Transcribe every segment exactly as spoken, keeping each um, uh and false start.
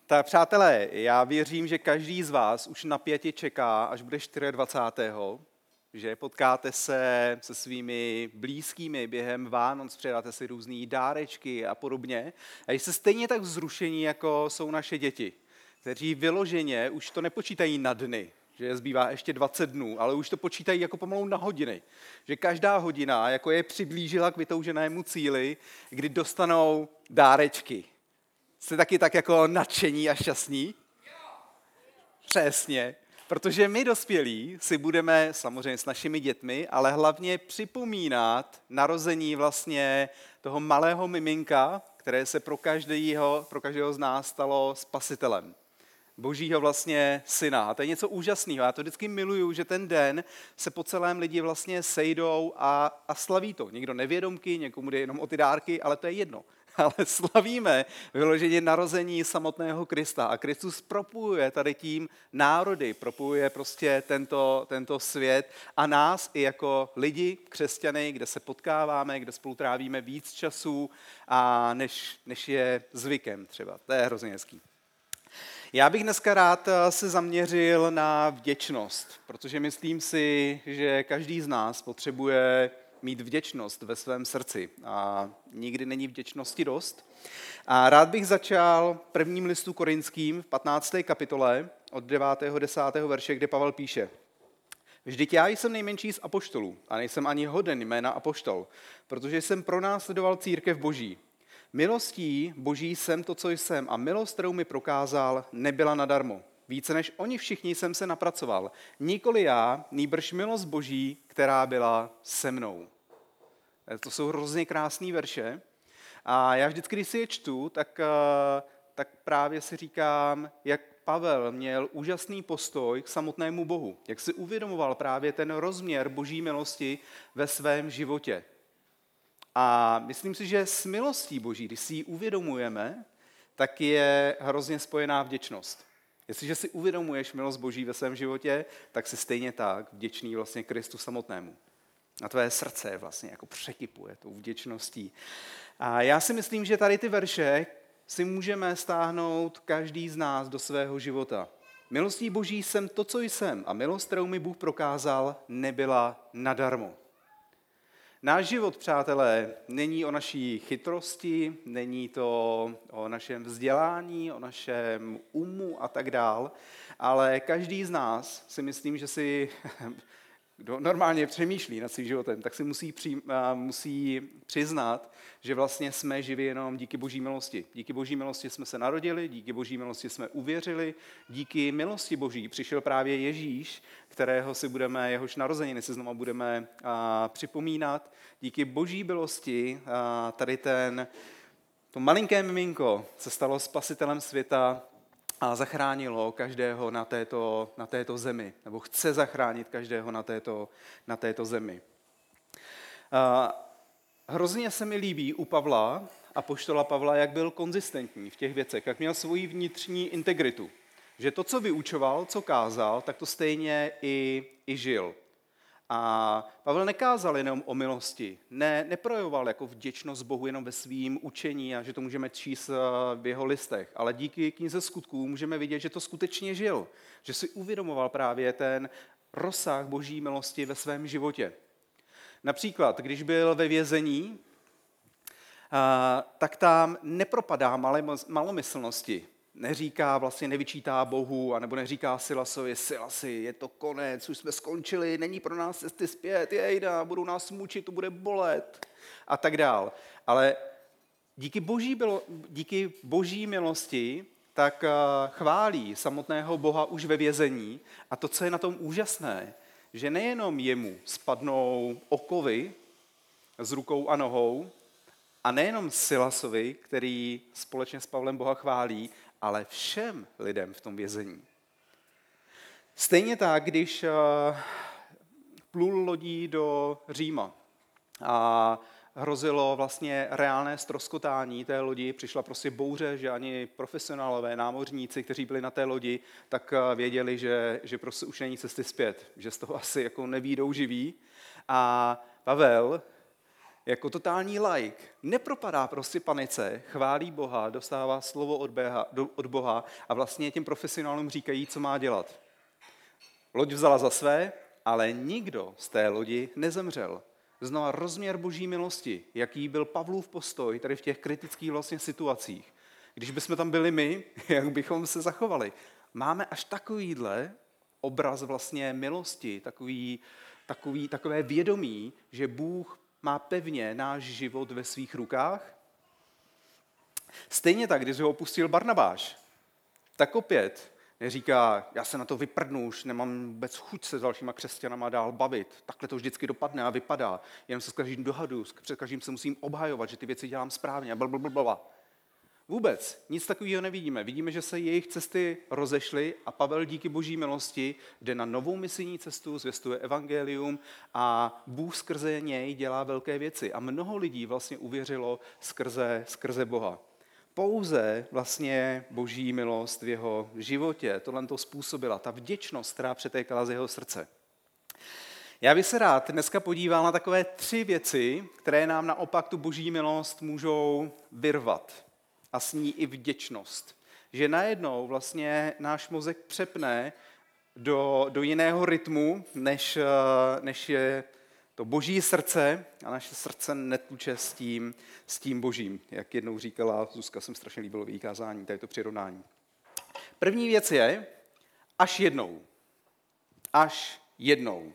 Tak přátelé, já věřím, že každý z vás už napětě čeká, až bude dvacátého čtvrtého že potkáte se se svými blízkými během Vánoc, předáte si různý dárečky a podobně. A jste stejně tak vzrušení, jako jsou naše děti, kteří vyloženě už to nepočítají na dny, že zbývá ještě dvacet dnů, ale už to počítají jako pomalu na hodiny. Že každá hodina jako je přiblížila k vytouženému cíli, kdy dostanou dárečky. Jste taky tak jako nadšení a šťastní? Přesně, protože my dospělí si budeme samozřejmě s našimi dětmi, ale hlavně připomínat narození vlastně toho malého miminka, které se pro každého, pro každého z nás stalo spasitelem. Božího vlastně syna. A to je něco úžasného. Já to vždycky miluju, že ten den se po celém lidi vlastně sejdou a, a slaví to. Někdo nevědomky, někomu jde jenom o ty dárky, ale to je jedno. Ale slavíme vyloženě narození samotného Krista. A Kristus propojuje tady tím národy, propojuje prostě tento, tento svět a nás i jako lidi, křesťany, kde se potkáváme, kde spolu trávíme víc času, a než, než je zvykem třeba. To je hrozně hezký. Já bych dneska rád se zaměřil na vděčnost, protože myslím si, že každý z nás potřebuje mít vděčnost ve svém srdci a nikdy není vděčnosti dost. A rád bych začal prvním listu Korinským v patnácté kapitole od devátého desátého verše, kde Pavel píše: Vždyť já jsem nejmenší z apoštolů a nejsem ani hoden jména apoštol, protože jsem pronásledoval církev Boží. Milostí Boží jsem to, co jsem, a milost, kterou mi prokázal, nebyla nadarmo. Více než oni všichni jsem se napracoval. Nikoli já, nýbrž milost Boží, která byla se mnou. To jsou hrozně krásné verše. A já vždycky, když si je čtu, tak, tak právě si říkám, jak Pavel měl úžasný postoj k samotnému Bohu. Jak si uvědomoval právě ten rozměr Boží milosti ve svém životě. A myslím si, že s milostí Boží, když si ji uvědomujeme, tak je hrozně spojená vděčnost. Jestliže si uvědomuješ milost Boží ve svém životě, tak si stejně tak vděčný vlastně Kristu samotnému. A tvé srdce vlastně jako překypuje tou vděčností. A já si myslím, že tady ty verše si můžeme stáhnout každý z nás do svého života. Milostí Boží jsem to, co jsem, a milost, kterou mi Bůh prokázal, nebyla nadarmo. Náš život, přátelé, není o naší chytrosti, není to o našem vzdělání, o našem umu a tak dál, ale každý z nás si myslím, že si, kdo normálně přemýšlí nad svým životem, tak si musí, při, musí přiznat, že vlastně jsme živi jenom díky Boží milosti. Díky Boží milosti jsme se narodili, díky Boží milosti jsme uvěřili, díky milosti Boží přišel právě Ježíš, kterého si budeme, jehož narozeniny si znovu budeme a, připomínat. Díky Boží milosti a, tady ten, to malinké miminko se stalo spasitelem světa a zachránilo každého na této, na této zemi, nebo chce zachránit každého na této, na této zemi. A, hrozně se mi líbí u Pavla, apoštola Pavla, jak byl konzistentní v těch věcech, jak měl svoji vnitřní integritu. Že to, co vyučoval, co kázal, tak to stejně i, i žil. A Pavel nekázal jenom o milosti, ne, neprojevoval jako vděčnost Bohu jenom ve svým učení a že to můžeme číst v jeho listech, ale díky knize Skutků můžeme vidět, že to skutečně žil, že si uvědomoval právě ten rozsah Boží milosti ve svém životě. Například, když byl ve vězení, tak tam nepropadá malomyslnosti. Neříká, vlastně nevyčítá Bohu, anebo neříká Silasovi, Silasi, je to konec, už jsme skončili, není pro nás cesty zpět, jejda, budou nás mučit, to bude bolet a tak dál. Ale díky boží, bylo, díky boží milosti tak chválí samotného Boha už ve vězení a to, co je na tom úžasné, že nejenom jemu spadnou okovy z rukou a nohou a nejenom Silasovi, který společně s Pavlem Boha chválí, ale všem lidem v tom vězení. Stejně tak, když plul lodí do Říma a hrozilo vlastně reálné ztroskotání té lodi, přišla prostě bouře, že ani profesionálové námořníci, kteří byli na té lodi, tak věděli, že, že prostě už není cesty zpět, že z toho asi jako nevídou živí. A Pavel jako totální laik nepropadá prostě panice, chválí Boha, dostává slovo od Boha, od Boha a vlastně těm profesionálům říkají, co má dělat. Loď vzala za své, ale nikdo z té lodi nezemřel. Znova rozměr boží milosti, jaký byl Pavlův postoj tady v těch kritických vlastně situacích. Když bychom tam byli my, jak bychom se zachovali. Máme až takovýhle obraz vlastně milosti, takový, takový, takové vědomí, že Bůh má pevně náš život ve svých rukách. Stejně tak, když ho opustil Barnabáš, tak opět neříká, já se na to vyprdnu, už nemám vůbec chuť se s dalšíma křesťanama dál bavit. Takhle to vždycky dopadne a vypadá. Jenom se s každým dohadu, před každým se musím obhajovat, že ty věci dělám správně. Blablabla. Vůbec nic takového nevidíme. Vidíme, že se jejich cesty rozešly a Pavel díky boží milosti jde na novou misijní cestu, zvěstuje evangelium a Bůh skrze něj dělá velké věci. A mnoho lidí vlastně uvěřilo skrze, skrze Boha. Pouze vlastně boží milost v jeho životě tohle to způsobila, ta vděčnost, která přetékala z jeho srdce. Já bych se rád dneska podíval na takové tři věci, které nám naopak tu boží milost můžou vyrvat. A s ní i vděčnost. Že najednou vlastně náš mozek přepne do, do jiného rytmu, než, než je to boží srdce a naše srdce netluče s tím, s tím božím. Jak jednou říkala Zuzka, jsem strašně líbilo v její kázání, tady to přirovnání. První věc je, až jednou. Až jednou.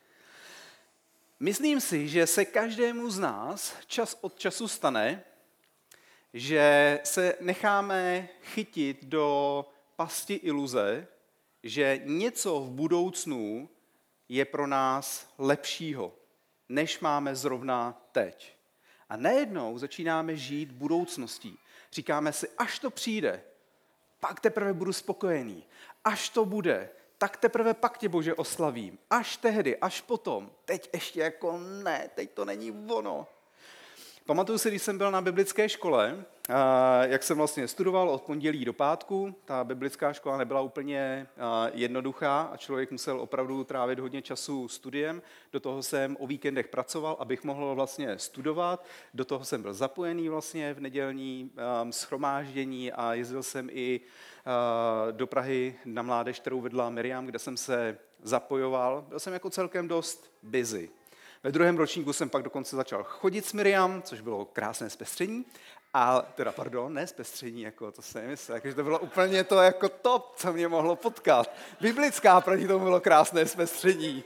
Myslím si, že se každému z nás čas od času stane, že se necháme chytit do pasti iluze, že něco v budoucnu je pro nás lepšího, než máme zrovna teď. A najednou začínáme žít budoucností. Říkáme si, až to přijde, pak teprve budu spokojený. Až to bude, tak teprve pak tě, Bože, oslavím. Až tehdy, až potom. Teď ještě jako ne, teď to není ono. Pamatuju si, když jsem byl na biblické škole, jak jsem vlastně studoval od pondělí do pátku. Ta biblická škola nebyla úplně jednoduchá a člověk musel opravdu trávit hodně času studiem. Do toho jsem o víkendech pracoval, abych mohl vlastně studovat. Do toho jsem byl zapojený vlastně v nedělní shromáždění a jezdil jsem i do Prahy na mládež, kterou vedla Miriam, kde jsem se zapojoval. Byl jsem jako celkem dost busy. Ve druhém ročníku jsem pak dokonce začal chodit s Miriam, což bylo krásné zpestření. A teda, pardon, ne zpestření, jako to se nemyslel, takže to bylo úplně to jako top, co mě mohlo potkat. Biblická proti tomu bylo krásné zpestření.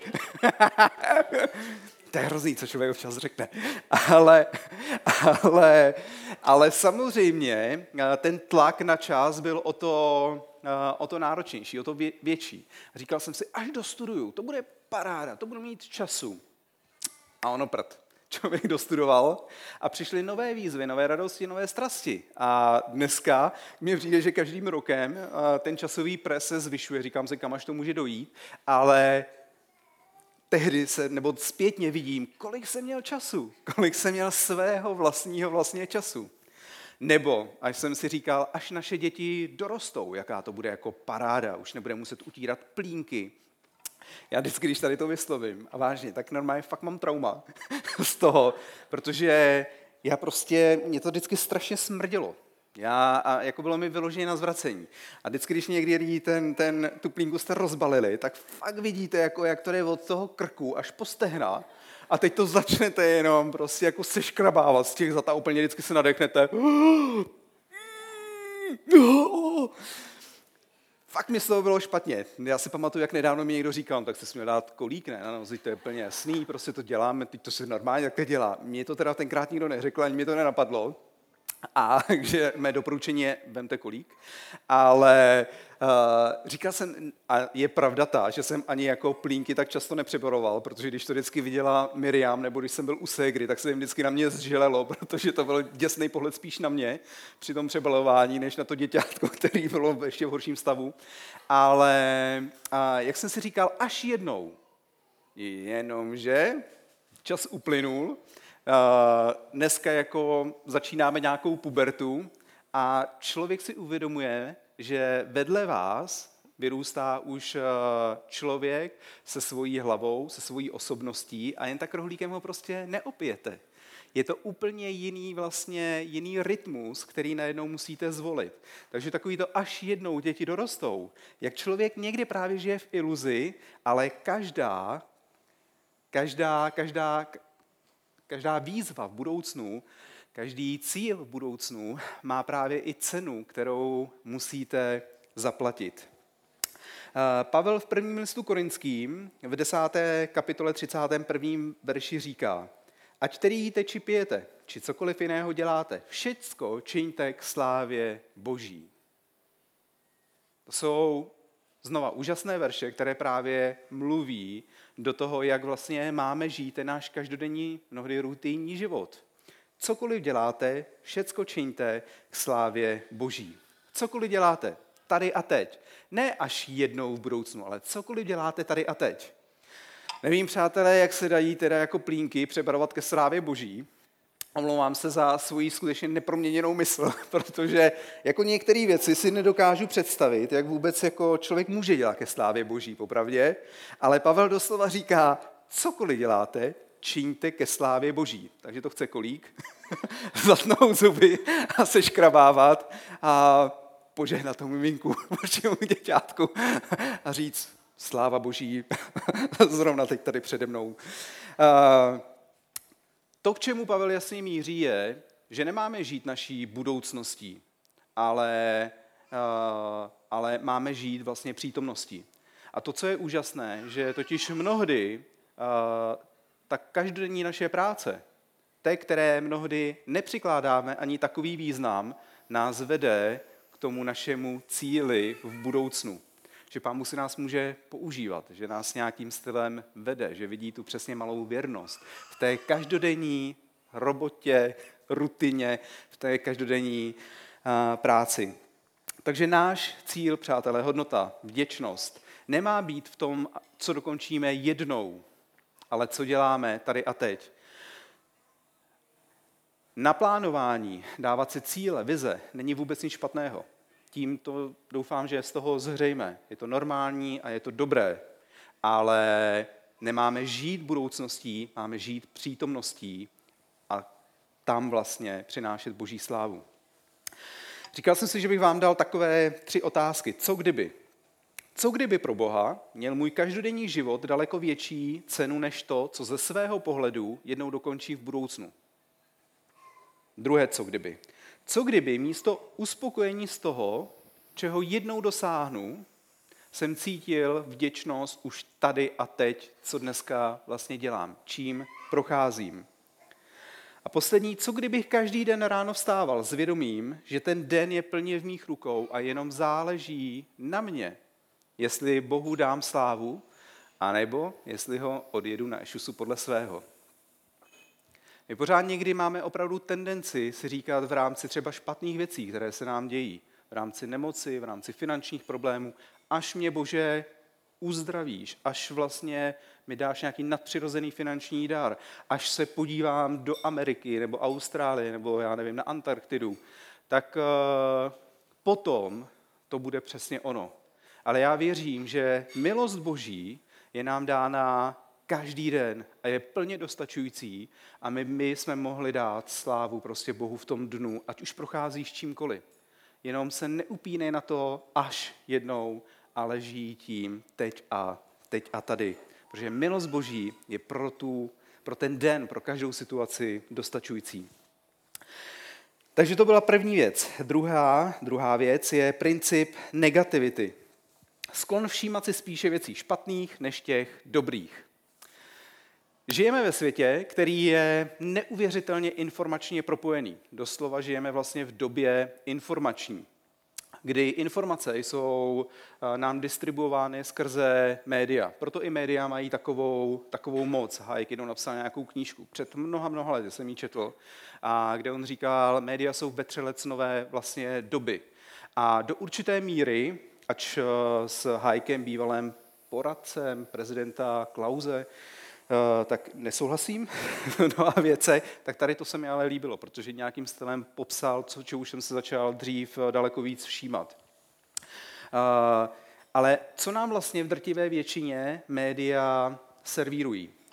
To je hrozný, co člověk občas řekne. Ale, ale, ale samozřejmě ten tlak na čas byl o to, o to náročnější, o to větší. Říkal jsem si, až dostuduju, to bude paráda, to budu mít času. A ono prd. Člověk dostudoval a přišly nové výzvy, nové radosti, nové strasti. A dneska mně přijde, že každým rokem ten časový pres se zvyšuje, říkám si, kam až to může dojít, ale tehdy se, nebo zpětně vidím, kolik jsem měl času, kolik jsem měl svého vlastního vlastně času. Nebo, až jsem si říkal, až naše děti dorostou, jaká to bude jako paráda, už nebude muset utírat plínky. Já vždycky, když tady to vyslovím, a vážně, tak normálně fakt mám trauma z toho, protože já prostě, mě to vždycky strašně smrdělo. Já, a jako bylo mi vyloženě na zvracení. A vždycky, když někdy ten, ten, tu plínku jste rozbalili, tak fakt vidíte, jako, jak to jde od toho krku až po stehna a teď to začnete jenom prostě jako seškrabávat z těch zad a úplně vždycky se nadechnete. Fakt mi z toho bylo špatně. Já si pamatuju, jak nedávno mi někdo říkal, tak jsi směl dát kolík, ne? No, to je úplně jasný, prostě to děláme, teď to se normálně takhle dělá. Mně to teda tenkrát nikdo neřekl, ani mě to nenapadlo. A takže mé doporučení je, vemte kolík. Ale uh, říkal jsem, a je pravda ta, že jsem ani jako plínky tak často nepřeboroval, protože když to vždycky viděla Miriam, nebo když jsem byl u ségry, tak se jim vždycky na mě zželelo, protože to byl děsný pohled spíš na mě při tom přebalování, než na to děťátko, který bylo ještě v horším stavu. Ale uh, jak jsem si říkal, až jednou, jenomže čas uplynul. Dneska jako začínáme nějakou pubertu a člověk si uvědomuje, že vedle vás vyrůstá už člověk se svojí hlavou, se svojí osobností a jen tak rohlíkem ho prostě neopijete. Je to úplně jiný vlastně, jiný rytmus, který najednou musíte zvolit. Takže takový to až jednou děti dorostou. Jak člověk někdy právě žije v iluzi, ale každá, každá, každá, každá výzva v budoucnu, každý cíl v budoucnu má právě i cenu, kterou musíte zaplatit. Pavel v prvním listu Korinským v desáté kapitole třicátém prvním verši říká: ať tedy jíte, či pijete, či cokoliv jiného děláte, všecko čiňte k slávě Boží. To jsou znova úžasné verše, které právě mluví do toho, jak vlastně máme žít ten náš každodenní, mnohdy rutinní život. Cokoliv děláte, všecko čiňte k slávě Boží. Cokoliv děláte, tady a teď. Ne až jednou v budoucnu, ale cokoliv děláte tady a teď. Nevím, přátelé, jak se dají teda jako plínky přebarovat ke slávě Boží. Omlouvám se za svoji skutečně neproměněnou mysl, protože jako některé věci si nedokážu představit, jak vůbec jako člověk může dělat ke slávě Boží, popravdě. Ale Pavel doslova říká, cokoliv děláte, čiňte ke slávě Boží. Takže to chce kolík, zatnout zuby a seškrabávat a požehnat tomu miminku, božímu děťátku a říct sláva Boží zrovna teď tady přede mnou. To, k čemu Pavel jasně míří, je, že nemáme žít naší budoucností, ale, ale máme žít vlastně přítomností. A to, co je úžasné, že totiž mnohdy ta každodenní naše práce, té, které mnohdy nepřikládáme ani takový význam, nás vede k tomu našemu cíli v budoucnu. Že Pán Bůh si nás může používat, že nás nějakým stylem vede, že vidí tu přesně malou věrnost v té každodenní robotě, rutině, v té každodenní uh, práci. Takže náš cíl, přátelé, hodnota, vděčnost, nemá být v tom, co dokončíme jednou, ale co děláme tady a teď. Naplánování, dávat si cíle, vize, není vůbec nic špatného. Tím to doufám, že je z toho zřejmé. Je to normální a je to dobré, ale nemáme žít budoucností, máme žít přítomností a tam vlastně přinášet Boží slávu. Říkal jsem si, že bych vám dal takové tři otázky. Co kdyby? Co kdyby pro Boha měl můj každodenní život daleko větší cenu než to, co ze svého pohledu jednou dokončí v budoucnu? Druhé co kdyby? Co kdyby místo uspokojení z toho, čeho jednou dosáhnu, jsem cítil vděčnost už tady a teď, co dneska vlastně dělám, čím procházím. A poslední, co kdybych každý den ráno vstával s vědomím, že ten den je plně v mých rukou a jenom záleží na mě, jestli Bohu dám slávu, anebo jestli ho odjedu na ešusu podle svého. My pořád někdy máme opravdu tendenci si říkat v rámci třeba špatných věcí, které se nám dějí, v rámci nemoci, v rámci finančních problémů, až mě, Bože, uzdravíš, až vlastně mi dáš nějaký nadpřirozený finanční dar, až se podívám do Ameriky nebo Austrálie nebo já nevím, na Antarktidu, tak uh, potom to bude přesně ono. Ale já věřím, že milost Boží je nám dána každý den a je plně dostačující a my, my jsme mohli dát slávu prostě Bohu v tom dnu, ať už procházíš čímkoliv. Jenom se neupínej na to až jednou, ale žij tím teď a, teď a tady. Protože milost Boží je pro, tu, pro ten den, pro každou situaci dostačující. Takže to byla první věc. Druhá, druhá věc je princip negativity. Sklon všímat si spíše věcí špatných než těch dobrých. Žijeme ve světě, který je neuvěřitelně informačně propojený. Doslova žijeme vlastně v době informační, kdy informace jsou nám distribuovány skrze média. Proto i média mají takovou, takovou moc. Hayek jednou napsal nějakou knížku. Před mnoha, mnoha lety jsem ji četl, a kde on říkal, média jsou vetřelec nové vlastně doby. A do určité míry, ač s Hayekem, bývalým poradcem prezidenta Klause, tak nesouhlasím v mnoha věcech, tak tady to se mi ale líbilo, protože nějakým stylem popsal, co, čeho už jsem se začal dřív daleko víc všímat. Ale co nám vlastně v drtivé většině média servírují?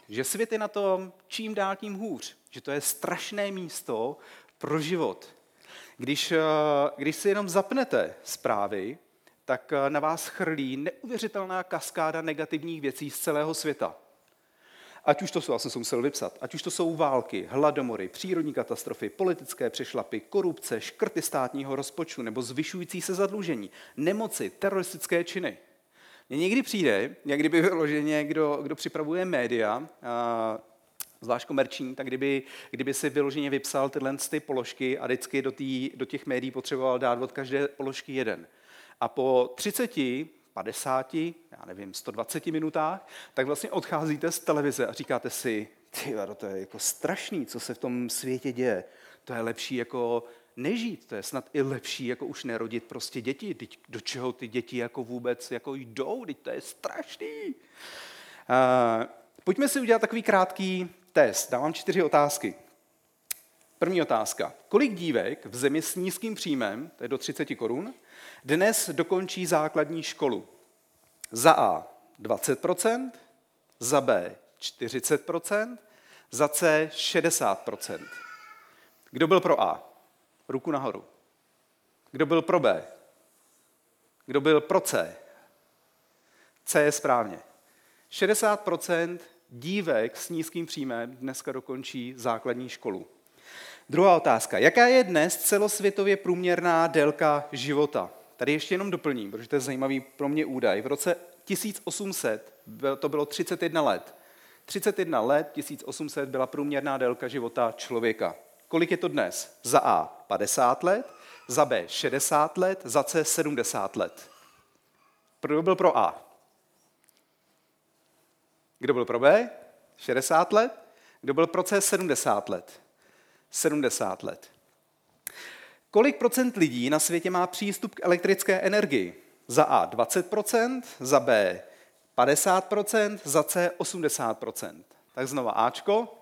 že svět je na tom čím dál tím hůř, že to je strašné místo pro život. Když, když si jenom zapnete zprávy, tak na vás chrlí neuvěřitelná kaskáda negativních věcí z celého světa. Ať už to jsou, já jsem se musel vypsat, ať už to jsou války, hladomory, přírodní katastrofy, politické přešlapy, korupce, škrty státního rozpočtu nebo zvyšující se zadlužení, nemoci, teroristické činy. Mně někdy přijde, jak kdyby vyloženě, kdo, kdo připravuje média, a, zvlášť komerční, tak kdyby, kdyby si vyloženě vypsal tyhle ty položky a vždycky do, tý, do těch médií potřeboval dát od každé položky jeden. A po třiceti, padesáti, já nevím, sto dvaceti minutách, tak vlastně odcházíte z televize a říkáte si, ty vado, to je jako strašný, co se v tom světě děje. To je lepší jako nežít, to je snad i lepší jako už nerodit prostě děti. Teď do čeho ty děti jako vůbec jako jdou, teď to je strašný. Uh, pojďme si udělat takový krátký test. Dávám čtyři otázky. První otázka. Kolik dívek v zemi s nízkým příjmem, to je do třicet korun, dnes dokončí základní školu? Za A dvacet procent, za B čtyřicet procent, za C šedesát procent. Kdo byl pro A? Ruku nahoru. Kdo byl pro B? Kdo byl pro C? C je správně. šedesát procent dívek s nízkým příjmem dneska dokončí základní školu. Druhá otázka. Jaká je dnes celosvětově průměrná délka života? Tady ještě jenom doplním, protože to je zajímavý pro mě údaj. V roce tisíc osm set to bylo třicet jedna let. třicet jedna let, tisíc osm set byla průměrná délka života člověka. Kolik je to dnes? Za A padesát let, za B šedesát let, za C sedmdesát let. Kdo byl pro A? Kdo byl pro B? šedesát let. Kdo byl pro C? sedmdesát let. sedmdesát let. Kolik procent lidí na světě má přístup k elektrické energii? Za A dvacet procent, za B padesát procent, za C osmdesát procent. Tak znova Ačko,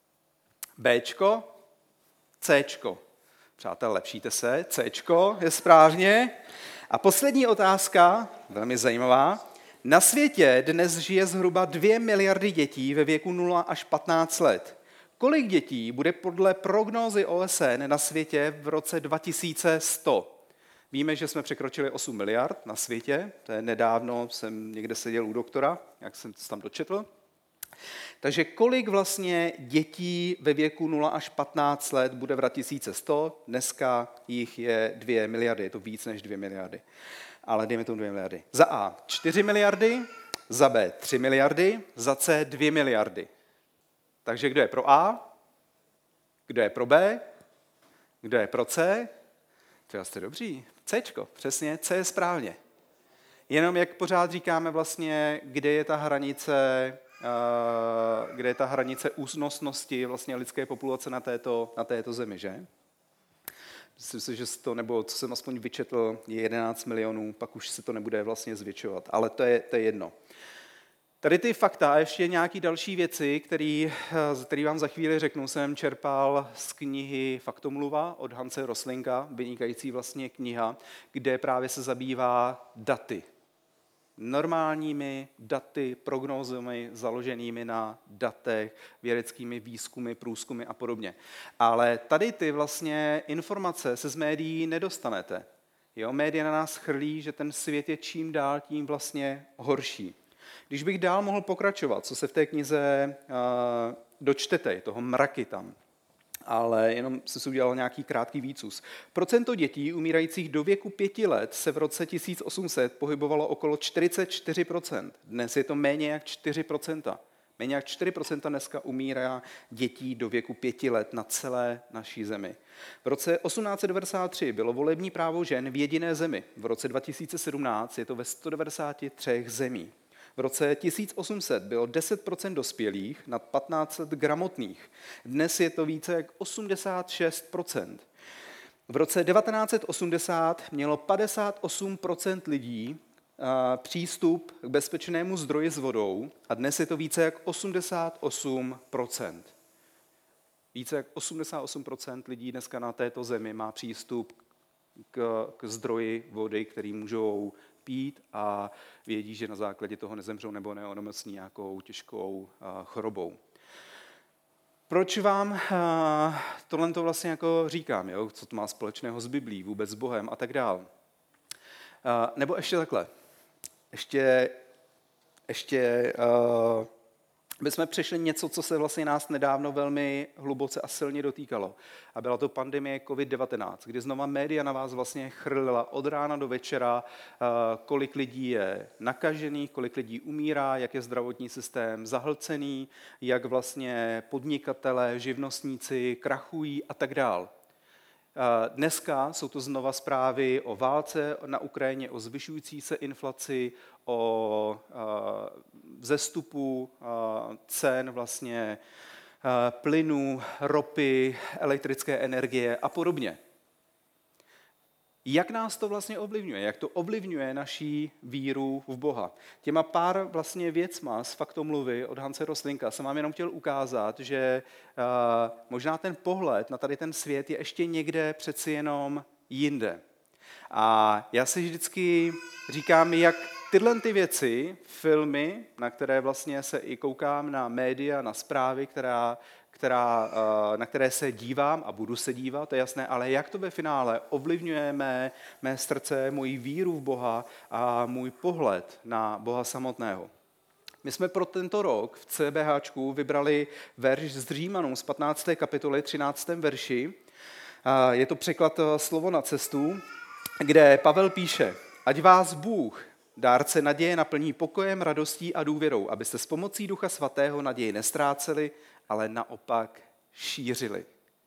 Bčko, Cčko. Přátelé, lepšíte se, Cčko je správně. A poslední otázka, velmi zajímavá. Na světě dnes žije zhruba dvě miliardy dětí ve věku nula až patnáct let. Kolik dětí bude podle prognózy O S N na světě v roce dva tisíce sto? Víme, že jsme překročili osm miliard na světě, to je nedávno, jsem někde seděl u doktora, jak jsem to tam dočetl. Takže kolik vlastně dětí ve věku nula až patnáct let bude v dva tisíce sto? Dneska jich je dvě miliardy, je to víc než dvě miliardy. Ale dejme tomu dvě miliardy. Za A čtyři miliardy, za B tři miliardy, za C dvě miliardy. Takže kdo je pro A? Kdo je pro B? Kdo je pro C? To jste dobří. Cčko, přesně, C je správně. Jenom jak pořád říkáme vlastně, kde je ta hranice, uh, kde je ta hranice únosnosti vlastně lidské populace na této, na této zemi, že? Myslím si, že to, nebo co jsem aspoň vyčetl, je jedenáct milionů, pak už se to nebude vlastně zvětšovat, ale to je, to je jedno. Tady ty fakta a ještě nějaké další věci, který, který vám za chvíli řeknu, jsem čerpal z knihy Faktomluva od Hanse Roslinka, vynikající vlastně kniha, kde právě se zabývá daty. Normálními daty, prognózami založenými na datech, vědeckými výzkumy, průzkumy a podobně. Ale tady ty vlastně informace se z médií nedostanete. Jo, média na nás chrlí, že ten svět je čím dál tím vlastně horší. Když bych dál mohl pokračovat, co se v té knize uh, dočtete, je toho mraky tam, ale jenom jsem si udělal nějaký krátký výcus. Procento dětí umírajících do věku pěti let se v roce tisíc osm set pohybovalo okolo čtyřicet čtyři procent. Dnes je to méně jak čtyři procenta. Méně jak čtyři procenta dneska umírá dětí do věku pěti let na celé naší zemi. V roce osmnáct set devadesát tři bylo volební právo žen v jediné zemi. V roce dva tisíce sedmnáct je to ve sto devadesáti třech zemích. V roce tisíc osm set bylo deset procent dospělých nad patnáct let gramotných. Dnes je to více jak osmdesát šest procent. V roce devatenáct set osmdesát mělo padesát osm procent lidí přístup k bezpečnému zdroji s vodou a dnes je to více jak osmdesát osm procent. Více jak osmdesát osm procent lidí dneska na této zemi má přístup k, k zdroji vody, který můžou pít a vědí, že na základě toho nezemřou nebo neonemocní nějakou těžkou chorobou. Proč vám uh, tohle to vlastně jako říkám, jo? Co to má společného s Biblí, vůbec s Bohem a tak dál. Uh, nebo ještě takhle. Ještě, ještě uh, bychom přešli něco, co se vlastně nás nedávno velmi hluboce a silně dotýkalo. A byla to pandemie covid devatenáct, kdy znova média na vás vlastně chrlila od rána do večera, kolik lidí je nakažených, kolik lidí umírá, jak je zdravotní systém zahlcený, jak vlastně podnikatelé, živnostníci krachují a tak dál. Dneska jsou to znova zprávy o válce na Ukrajině, o zvyšující se inflaci, o vzestupu cen vlastně plynu, ropy, elektrické energie a podobně. Jak nás to vlastně ovlivňuje? Jak to ovlivňuje naší víru v Boha? Těma pár vlastně věcma z Faktomluvy od Hanse Roslinka jsem vám jenom chtěl ukázat, že uh, možná ten pohled na tady ten svět je ještě někde přeci jenom jinde. A já si vždycky říkám, jak tyhle ty věci, filmy, na které vlastně se i koukám, na média, na zprávy, která, která, na které se dívám a budu se dívat, to je jasné, ale jak to ve finále ovlivňuje mé, mé srdce, moji víru v Boha a můj pohled na Boha samotného. My jsme pro tento rok v CBHčku vybrali verš z Římanům z patnácté kapitoly, třináctém verši. Je to překlad Slovo na cestu, kde Pavel píše: ať vás Bůh, dárce naděje, naplní pokojem, radostí a důvěrou, abyste s pomocí Ducha Svatého naději nestráceli, ale naopak šířili.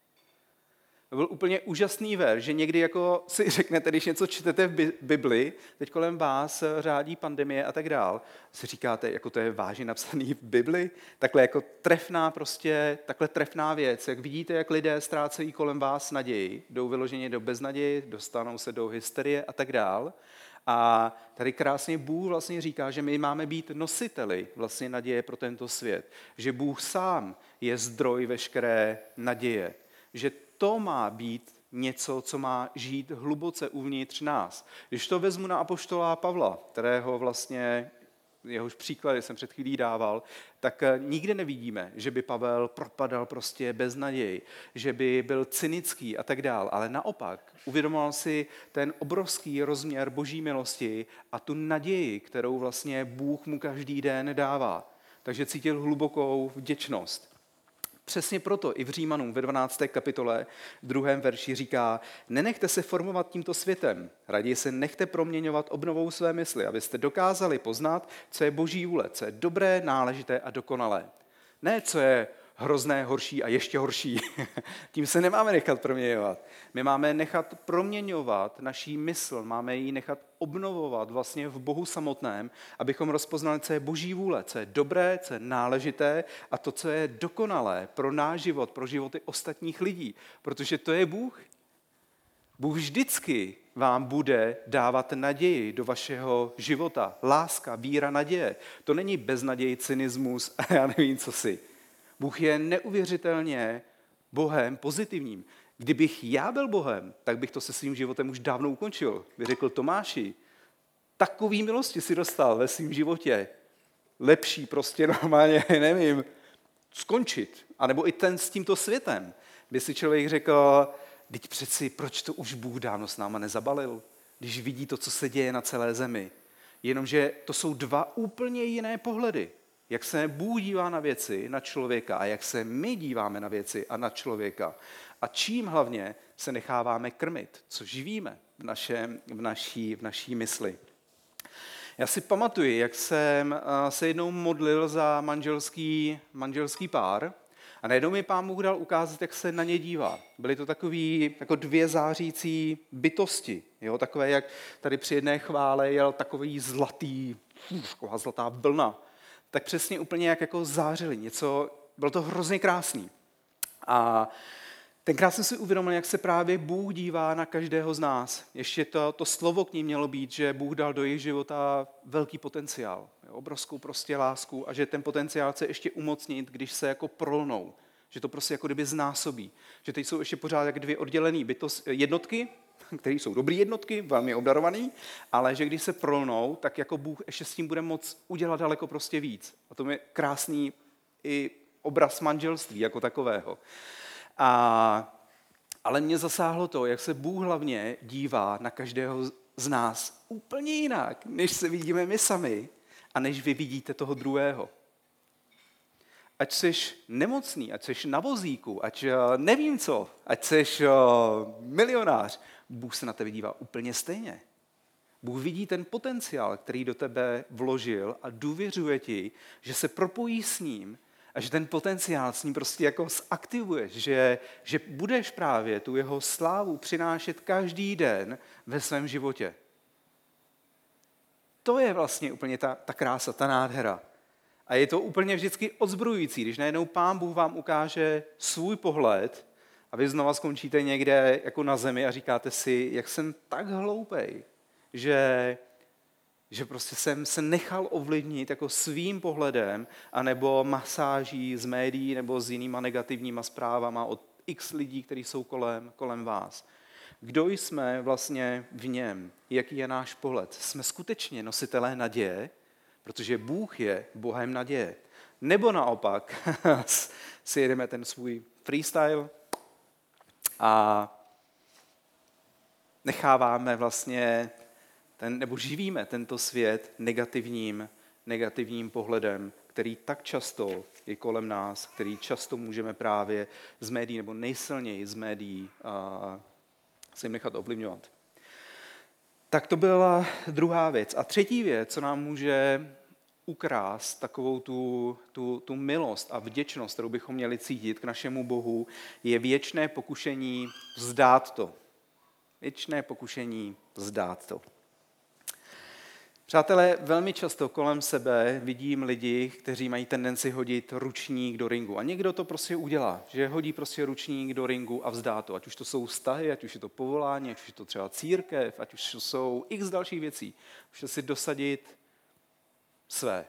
To byl úplně úžasný verš, že někdy jako si řeknete, když něco čtete v Bibli, teď kolem vás řádí pandemie a tak dál, si říkáte, jako to je vážně napsaný v Bibli, takhle jako trefná prostě, takhle trefná věc, jak vidíte, jak lidé ztrácejí kolem vás naději, jdou vyloženě do beznaději, dostanou se do hysterie a tak dál. A tady krásně Bůh vlastně říká, že my máme být nositeli vlastně naděje pro tento svět, že Bůh sám je zdroj veškeré naděje, že to má být něco, co má žít hluboce uvnitř nás. Když to vezmu na apoštola Pavla, kterého vlastně, jehož příklady jsem před chvílí dával, tak nikde nevidíme, že by Pavel propadal prostě bez naději, že by byl cynický a tak dál, ale naopak uvědomoval si ten obrovský rozměr boží milosti a tu naději, kterou vlastně Bůh mu každý den dává. Takže cítil hlubokou vděčnost. Přesně proto i v Římanům ve dvanácté kapitole v druhém verši říká: nenechte se formovat tímto světem, raději se nechte proměňovat obnovou své mysli, abyste dokázali poznat, co je boží vůle, co je dobré, náležité a dokonalé. Ne, co je hrozné, horší a ještě horší. Tím se nemáme nechat proměňovat. My máme nechat proměňovat naší mysl, máme ji nechat obnovovat vlastně v Bohu samotném, abychom rozpoznali, co je boží vůle, co je dobré, co je náležité a to, co je dokonalé pro náš život, pro životy ostatních lidí. Protože to je Bůh. Bůh vždycky vám bude dávat naději do vašeho života. Láska, víra, naděje. To není beznaděj, cynismus a já nevím, co si. Bůh je neuvěřitelně Bohem pozitivním. Kdybych já byl Bohem, tak bych to se svým životem už dávno ukončil. By řekl: Tomáši, takový milosti si dostal ve svém životě. Lepší prostě normálně, nevím, skončit. A nebo i ten s tímto světem. By si člověk řekl: teď přeci, proč to už Bůh dávno s náma nezabalil, když vidí to, co se děje na celé zemi. Jenomže to jsou dva úplně jiné pohledy. Jak se Bůh dívá na věci, na člověka a jak se my díváme na věci a na člověka. A čím hlavně se necháváme krmit, co živíme v, našem, v, naší, v naší mysli. Já si pamatuju, jak jsem se jednou modlil za manželský, manželský pár a najednou mi Pán Bůh dal ukázat, jak se na ně dívá. Byly to takový, jako dvě zářící bytosti, jo? Takové, jak tady při jedné chvále jel takový zlatý, taková zlatá vlna. Tak přesně úplně jak jako zářili něco, bylo to hrozně krásný. A tenkrát jsem si uvědomil, jak se právě Bůh dívá na každého z nás. Ještě to, to slovo k ním mělo být, že Bůh dal do jejich života velký potenciál, jo, obrovskou prostě lásku a že ten potenciál chce ještě umocnit, když se jako prolnou, že to prostě jako kdyby znásobí. Že teď jsou ještě pořád jak dvě oddělené bytost, jednotky, které jsou dobrý jednotky, velmi obdarovaný, ale že když se prolnou, tak jako Bůh ještě s tím bude moct udělat daleko prostě víc. A to je krásný i obraz manželství jako takového. A, ale mě zasáhlo to, jak se Bůh hlavně dívá na každého z nás úplně jinak, než se vidíme my sami a než vy vidíte toho druhého. Ať jsi nemocný, ať jsi na vozíku, ať nevím co, ať jsi milionář, Bůh se na tebe dívá úplně stejně. Bůh vidí ten potenciál, který do tebe vložil a důvěřuje ti, že se propojí s ním a že ten potenciál s ním prostě jako zaktivuješ, že, že budeš právě tu jeho slávu přinášet každý den ve svém životě. To je vlastně úplně ta, ta krása, ta nádhera. A je to úplně vždycky odzbrojující, když najednou Pán Bůh vám ukáže svůj pohled a vy znova skončíte někde jako na zemi a říkáte si, jak jsem tak hloupej, že, že prostě jsem se nechal ovlivnit jako svým pohledem anebo masáží z médií nebo s jinýma negativníma zprávama od x lidí, kteří jsou kolem, kolem vás. Kdo jsme vlastně v něm? Jaký je náš pohled? Jsme skutečně nositelé naděje, protože Bůh je Bohem naděje. Nebo naopak si jedeme ten svůj freestyle a necháváme vlastně, ten, nebo živíme tento svět negativním, negativním pohledem, který tak často je kolem nás, který často můžeme právě z médií, nebo nejsilněji z médií a, se jim nechat ovlivňovat. Tak to byla druhá věc. A třetí věc, co nám může ukrást takovou tu, tu, tu milost a vděčnost, kterou bychom měli cítit k našemu Bohu, je věčné pokušení vzdát to. Věčné pokušení vzdát to. Přátelé, velmi často kolem sebe vidím lidi, kteří mají tendenci hodit ručník do ringu. A někdo to prostě udělá, že hodí prostě ručník do ringu a vzdá to. Ať už to jsou vztahy, ať už je to povolání, ať už je to třeba církev, ať už jsou x dalších věcí. Můžete si dosadit své.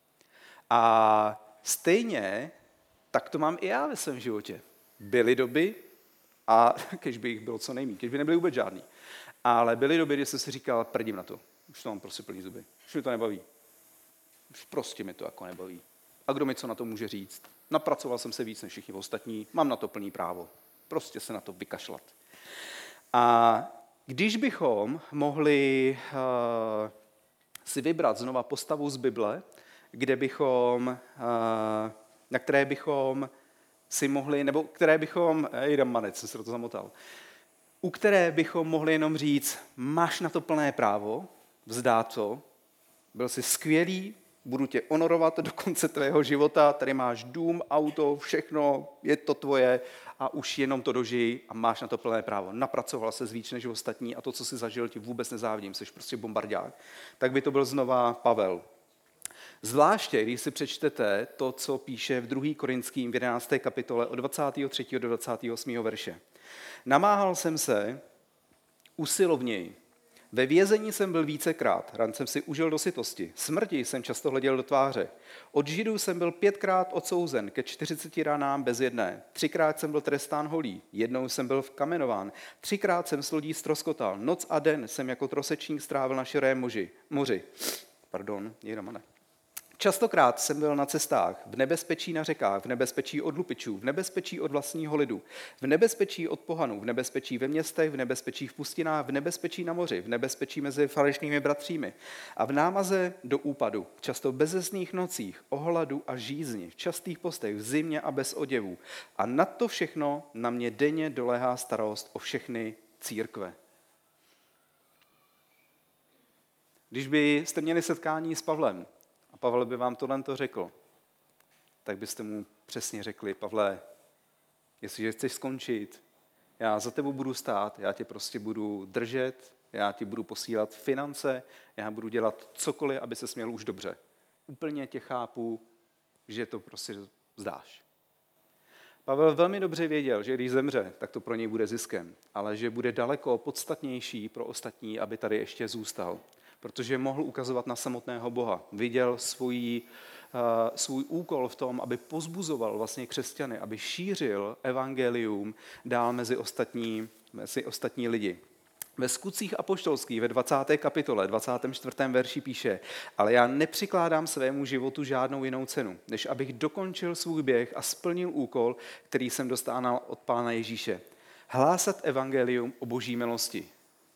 A stejně tak to mám i já ve svém životě. Byly doby, a kež by jich bylo co nejméně, kež by nebyly vůbec žádný. Ale byly doby, kdy jsem si říkal, prdím na to. Už to mám prostě plný zuby. Už mi to nebaví. Už prostě mi to jako nebaví. A kdo mi co na to může říct? Napracoval jsem se víc než všichni ostatní, mám na to plný právo. Prostě se na to vykašlat. A když bychom mohli uh, si vybrat znova postavu z Bible, kde bychom, uh, na které bychom si mohli, nebo které bychom, jdem manec, jsem se to zamotal, u které bychom mohli jenom říct, máš na to plné právo, vzdát to, byl jsi skvělý, budu tě honorovat do konce tvého života, tady máš dům, auto, všechno, je to tvoje a už jenom to dožij a máš na to plné právo. Napracoval se víc než ostatní a to, co jsi zažil, ti vůbec nezávidím, jsi prostě bombardák. Tak by to byl znova Pavel. Zvláště, když si přečtete to, co píše v druhé Korinským v jedenácté kapitole od dvacátého třetího do dvacátého osmého verše. Namáhal jsem se usilovněji. Ve vězení jsem byl vícekrát, ran jsem si užil do sytosti, smrti jsem často hleděl do tváře. Od Židů jsem byl pětkrát odsouzen ke čtyřiceti ranám bez jedné. Třikrát jsem byl trestán holí, jednou jsem byl kamenován, třikrát jsem s lodí ztroskotal, noc a den jsem jako trosečník strávil na širém moři. moři. Pardon, jedeme. Častokrát jsem byl na cestách, v nebezpečí na řekách, v nebezpečí od lupičů, v nebezpečí od vlastního lidu, v nebezpečí od pohanů, v nebezpečí ve městech, v nebezpečí v pustinách, v nebezpečí na moři, v nebezpečí mezi falešnými bratřími a v námaze do úpadu, často v bezesných nocích, o hladu a žízni, v častých postech, v zimě a bez oděvů. A nad to všechno na mě denně doléhá starost o všechny církve. Když byste měli setkání s Pavlem, a Pavel by vám tohle to řekl, tak byste mu přesně řekli, Pavle, jestliže chceš skončit, já za tebou budu stát, já tě prostě budu držet, já ti budu posílat finance, já budu dělat cokoliv, aby se směl už dobře. Úplně tě chápu, že to prostě vzdáš. Pavel velmi dobře věděl, že když zemře, tak to pro něj bude ziskem, ale že bude daleko podstatnější pro ostatní, aby tady ještě zůstal. Protože mohl ukazovat na samotného Boha. Viděl svůj, uh, svůj úkol v tom, aby pozbuzoval vlastně křesťany, aby šířil evangelium dál mezi ostatní, mezi ostatní lidi. Ve Skutcích apoštolských ve dvacáté kapitole, dvacátém čtvrtém verši píše: ale já nepřikládám svému životu žádnou jinou cenu, než abych dokončil svůj běh a splnil úkol, který jsem dostal od Pána Ježíše. Hlásat evangelium o boží milosti.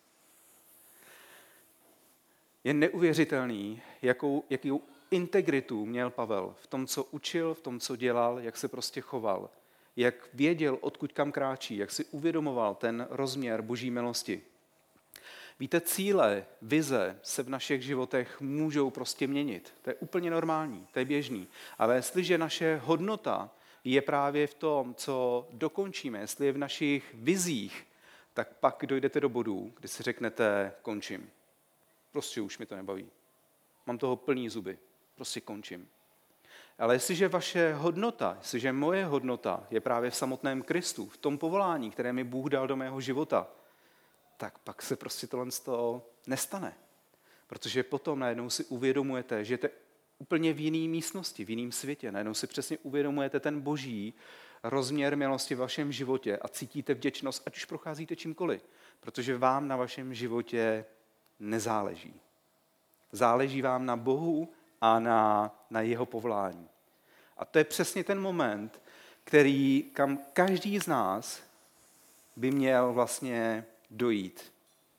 Je neuvěřitelný, jakou, jakou integritu měl Pavel v tom, co učil, v tom, co dělal, jak se prostě choval, jak věděl, odkud kam kráčí, jak si uvědomoval ten rozměr boží milosti. Víte, cíle, vize se v našich životech můžou prostě měnit. To je úplně normální, to je běžný. Ale jestliže naše hodnota je právě v tom, co dokončíme, jestli je v našich vizích, tak pak dojdete do bodu, kdy si řeknete: končím. Prostě už mi to nebaví. Mám toho plný zuby. Prostě končím. Ale jestliže vaše hodnota, jestliže moje hodnota je právě v samotném Kristu, v tom povolání, které mi Bůh dal do mého života, tak pak se prostě tohle z toho nestane. Protože potom najednou si uvědomujete, že jste úplně v jiné místnosti, v jiném světě. Najednou si přesně uvědomujete ten boží rozměr milosti v vašem životě a cítíte vděčnost, ať už procházíte čímkoliv. Protože vám na vašem životě nezáleží. Záleží vám na Bohu a na, na jeho povolání. A to je přesně ten moment, který, kam každý z nás by měl vlastně dojít.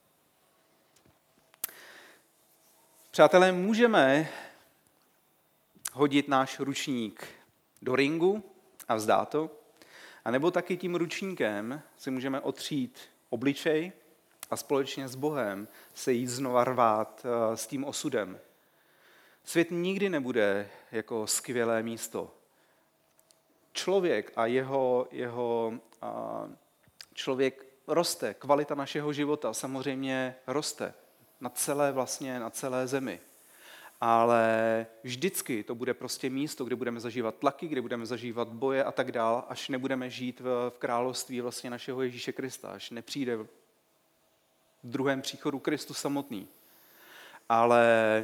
Přátelé, můžeme hodit náš ručník do ringu a vzdát to, anebo taky tím ručníkem si můžeme otřít obličej a společně s Bohem se jít znova rvát s tím osudem. Svět nikdy nebude jako skvělé místo. Člověk a jeho, jeho a člověk roste, kvalita našeho života samozřejmě roste na celé vlastně, na celé zemi. Ale vždycky to bude prostě místo, kde budeme zažívat tlaky, kde budeme zažívat boje a tak dál, až nebudeme žít v, v království vlastně našeho Ježíše Krista, až nepřijde v druhém příchodu Kristus samotný. Ale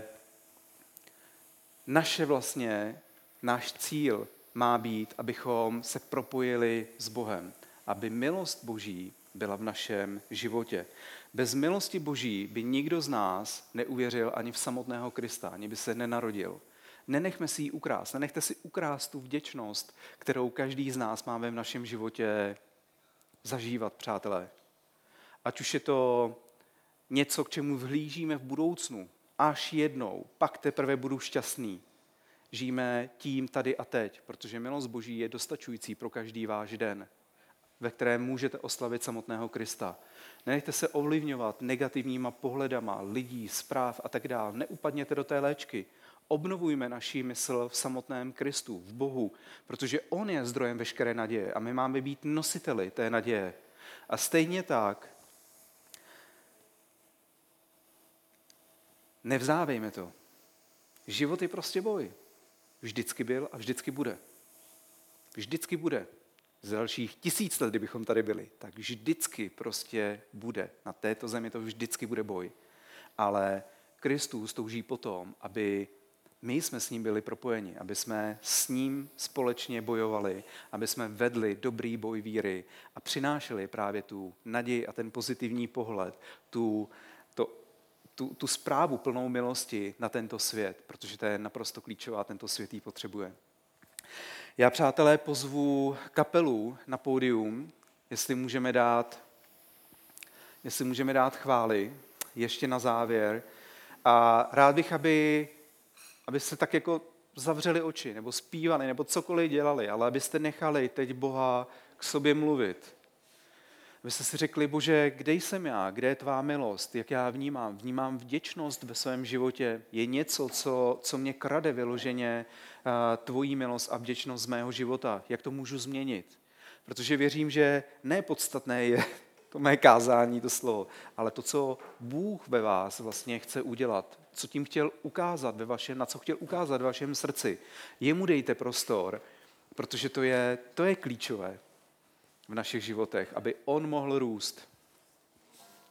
naše vlastně, náš cíl má být, abychom se propojili s Bohem, aby milost Boží byla v našem životě. Bez milosti Boží by nikdo z nás neuvěřil ani v samotného Krista, ani by se nenarodil. Nenechme si ji ukrást, nenechte si ukrást tu vděčnost, kterou každý z nás máme v našem životě zažívat, přátelé. Ať už je to něco, k čemu vhlížíme v budoucnu, až jednou, pak teprve budu šťastný. Žijeme tím tady a teď, protože milost Boží je dostačující pro každý váš den, ve kterém můžete oslavit samotného Krista. Nenechte se ovlivňovat negativníma pohledama lidí, zpráv a tak dále. Neupadněte do té léčky. Obnovujme naši mysl v samotném Kristu, v Bohu, protože on je zdrojem veškeré naděje a my máme být nositeli té naděje. A stejně tak nevzdávejme to. Život je prostě boj. Vždycky byl a vždycky bude. Vždycky bude. Z dalších tisíc let, kdybychom tady byli, tak vždycky prostě bude. Na této zemi to vždycky bude boj. Ale Kristus touží potom, aby my jsme s ním byli propojeni, aby jsme s ním společně bojovali, aby jsme vedli dobrý boj víry a přinášeli právě tu naději a ten pozitivní pohled, tu, to, tu, tu zprávu plnou milosti na tento svět, protože to je naprosto klíčová, tento svět ji potřebuje. Já, přátelé, pozvu kapelu na pódium, jestli můžeme dát, jestli můžeme dát chvály ještě na závěr. A rád bych, aby, aby se tak jako zavřeli oči, nebo zpívali, nebo cokoliv dělali, ale abyste nechali teď Boha k sobě mluvit. Abyste si řekli: Bože, kde jsem já, kde je tvá milost, jak já vnímám, vnímám vděčnost ve svém životě, je něco, co, co mě krade vyloženě uh, tvojí milost a vděčnost z mého života, jak to můžu změnit. Protože věřím, že nepodstatné je to mé kázání, to slovo, ale to, co Bůh ve vás vlastně chce udělat, co tím chtěl ukázat ve vašem, na co chtěl ukázat ve vašem srdci. Jemu dejte prostor, protože to je, to je klíčové v našich životech, aby on mohl růst.